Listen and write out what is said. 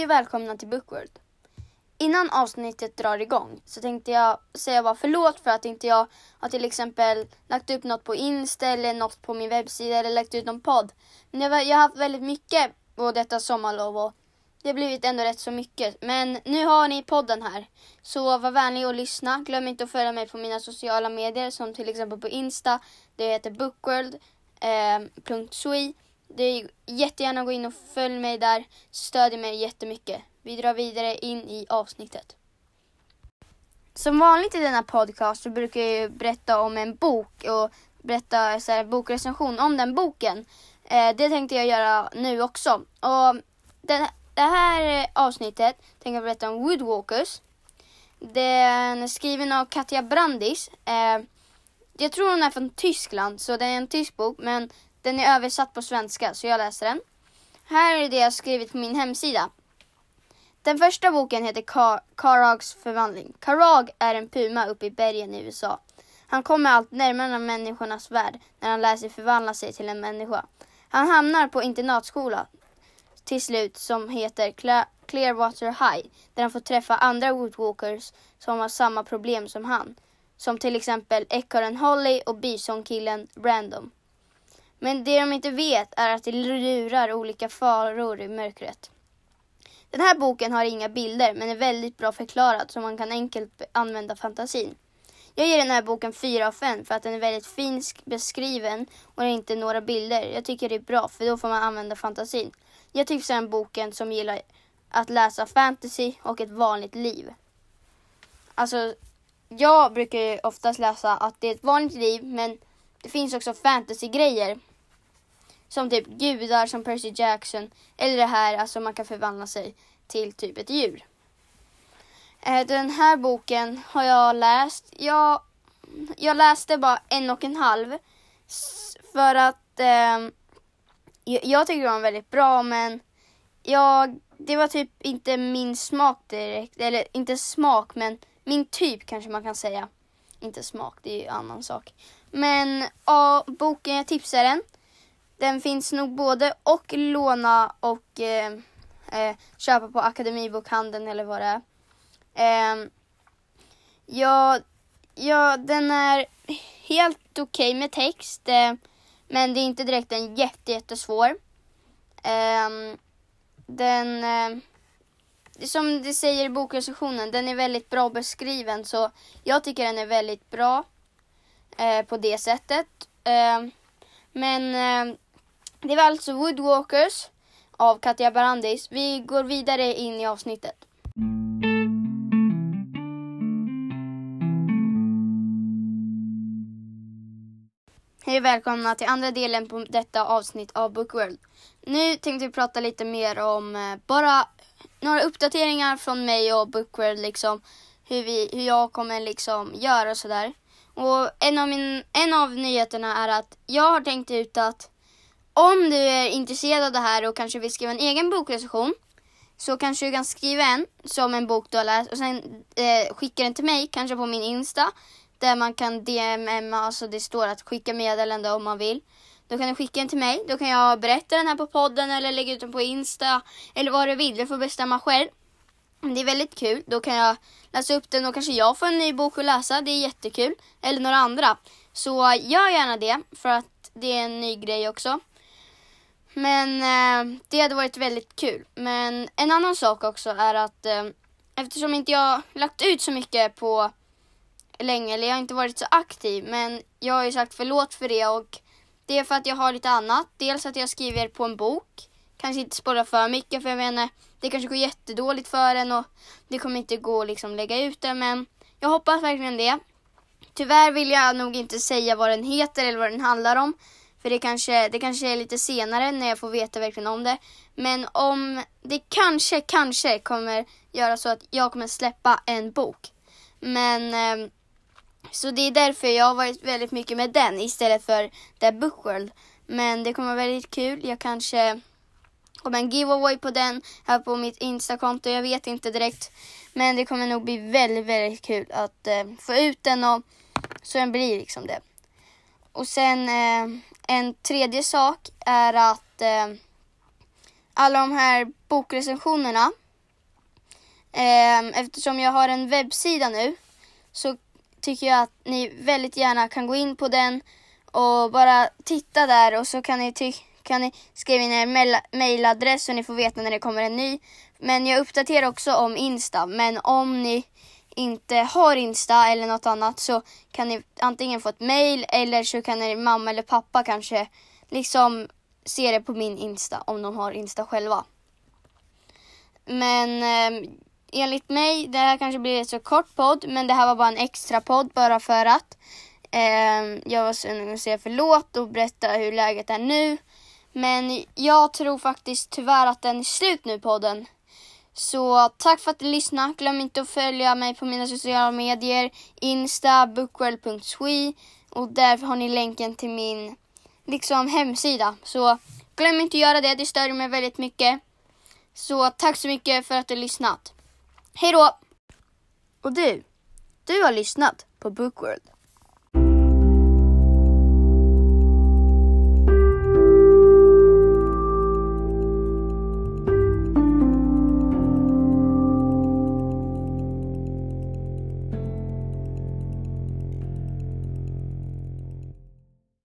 Hej och välkomna till Bookworld. Innan avsnittet drar igång så tänkte jag säga bara förlåt för att inte jag har till exempel lagt upp något på Insta eller något på min webbsida eller lagt ut någon podd. Men jag har haft väldigt mycket på detta sommarlov och det har blivit ändå rätt så mycket. Men nu har ni podden här, så var vänlig och lyssna. Glöm inte att följa mig på mina sociala medier som till exempel på Insta. Det heter bookworld.sui. Det är jättegärna gå in och följ mig där. Stödjer mig jättemycket. Vi drar vidare in i avsnittet. Som vanligt i denna podcast så brukar jag berätta om en bok och berätta så här bokrecension om den boken. Det tänkte jag göra nu också. Och det här avsnittet tänkte jag berätta om Woodwalkers. Den är skriven av Katja Brandis. Jag tror hon är från Tyskland, så det är en tysk bok, men den är översatt på svenska, så jag läser den. Här är det jag skrivit på min hemsida. Den första boken heter Karags förvandling. Karag är en puma uppe i bergen i USA. Han kommer allt närmare människornas värld när han lär sig förvandla sig till en människa. Han hamnar på internatskola till slut som heter Clearwater High, där han får träffa andra Woodwalkers som har samma problem som han. Som till exempel ekorren Holly och bisonkillen Brandon. Men det de inte vet är att det lurar olika faror i mörkret. Den här boken har inga bilder men är väldigt bra förklarad så man kan enkelt använda fantasin. Jag ger den här boken 4 av 5 för att den är väldigt fint beskriven och det är inte några bilder. Jag tycker det är bra för då får man använda fantasin. Jag tycker den boken som gillar att läsa fantasy och ett vanligt liv. Alltså, jag brukar ju oftast läsa att det är ett vanligt liv, men det finns också fantasy-grejer. Som typ gudar som Percy Jackson. Eller det här, alltså man kan förvandla sig till typ ett djur. Den här boken har jag läst. Jag läste bara 1,5. För att jag tycker det var väldigt bra, men det var typ inte min smak direkt. Eller inte smak, men min typ kanske man kan säga. Inte smak, det är ju en annan sak. Men boken, jag tipsar den. Den finns nog både och låna och köpa på Akademibokhandeln eller vad det är. Den är helt okej med text. Men det är inte direkt en jättesvår. Som det säger i bokrecensionen, den är väldigt bra beskriven. Så jag tycker den är väldigt bra på det sättet. Men det var alltså Woodwalkers av Katja Brandis. Vi går vidare in i avsnittet. Hej och välkomna till andra delen på detta avsnitt av Bookworld. Nu tänkte vi prata lite mer om bara några uppdateringar från mig och Bookworld, liksom hur jag kommer liksom göra och sådär. Och en av nyheterna är att jag har tänkt ut att om du är intresserad av det här och kanske vill skriva en egen bokrecension, så kanske du kan skriva en som en bok du har läst och sen skicka den till mig, kanske på min Insta, där man kan DM:a, alltså det står att skicka meddelande om man vill. Då kan du skicka den till mig, då kan jag berätta den här på podden eller lägga ut den på Insta eller vad du vill, du får bestämma själv. Det är väldigt kul, då kan jag läsa upp den och kanske jag får en ny bok att läsa, det är jättekul. Eller några andra, så gör gärna det för att det är en ny grej också. Men det hade varit väldigt kul. Men en annan sak också är att eftersom inte jag lagt ut så mycket på länge, eller jag har inte varit så aktiv, men jag har ju sagt förlåt för det, och det är för att jag har lite annat. Dels att jag skriver på en bok, kanske inte spoila för mycket, för jag menar, det kanske går jättedåligt för en och det kommer inte gå att liksom lägga ut det, men jag hoppas verkligen det. Tyvärr vill jag nog inte säga vad den heter eller vad den handlar om, för det kanske är lite senare när jag får veta verkligen om det. Men om det kanske kommer göra så att jag kommer släppa en bok. Men så det är därför jag har varit väldigt mycket med den istället för The Bookworld. Men det kommer vara väldigt kul. Jag kanske kommer en giveaway på den här på mitt Instakonto. Jag vet inte direkt. Men det kommer nog bli väldigt, väldigt kul att få ut den, och så den blir liksom det. Och sen en tredje sak är att alla de här bokrecensionerna Eftersom jag har en webbsida nu så tycker jag att ni väldigt gärna kan gå in på den och bara titta där, och så kan ni skriva in er mailadress så ni får veta när det kommer en ny. Men jag uppdaterar också om Insta, men om ni inte har Insta eller något annat så kan ni antingen få ett mail, eller så kan er mamma eller pappa kanske liksom se det på min Insta om de har Insta själva. Men enligt mig, det här kanske blir ett så kort podd, men det här var bara en extra podd bara för att jag var så att säga förlåt och berätta hur läget är nu. Men jag tror faktiskt tyvärr att den är slut nu, podden. Så tack för att ni lyssnade. Glöm inte att följa mig på mina sociala medier. Insta, bookworld.swe. Och där har ni länken till min hemsida. Så glöm inte att göra det. Det stör mig väldigt mycket. Så tack så mycket för att du har lyssnat. Hej då! Och du har lyssnat på Bookworld.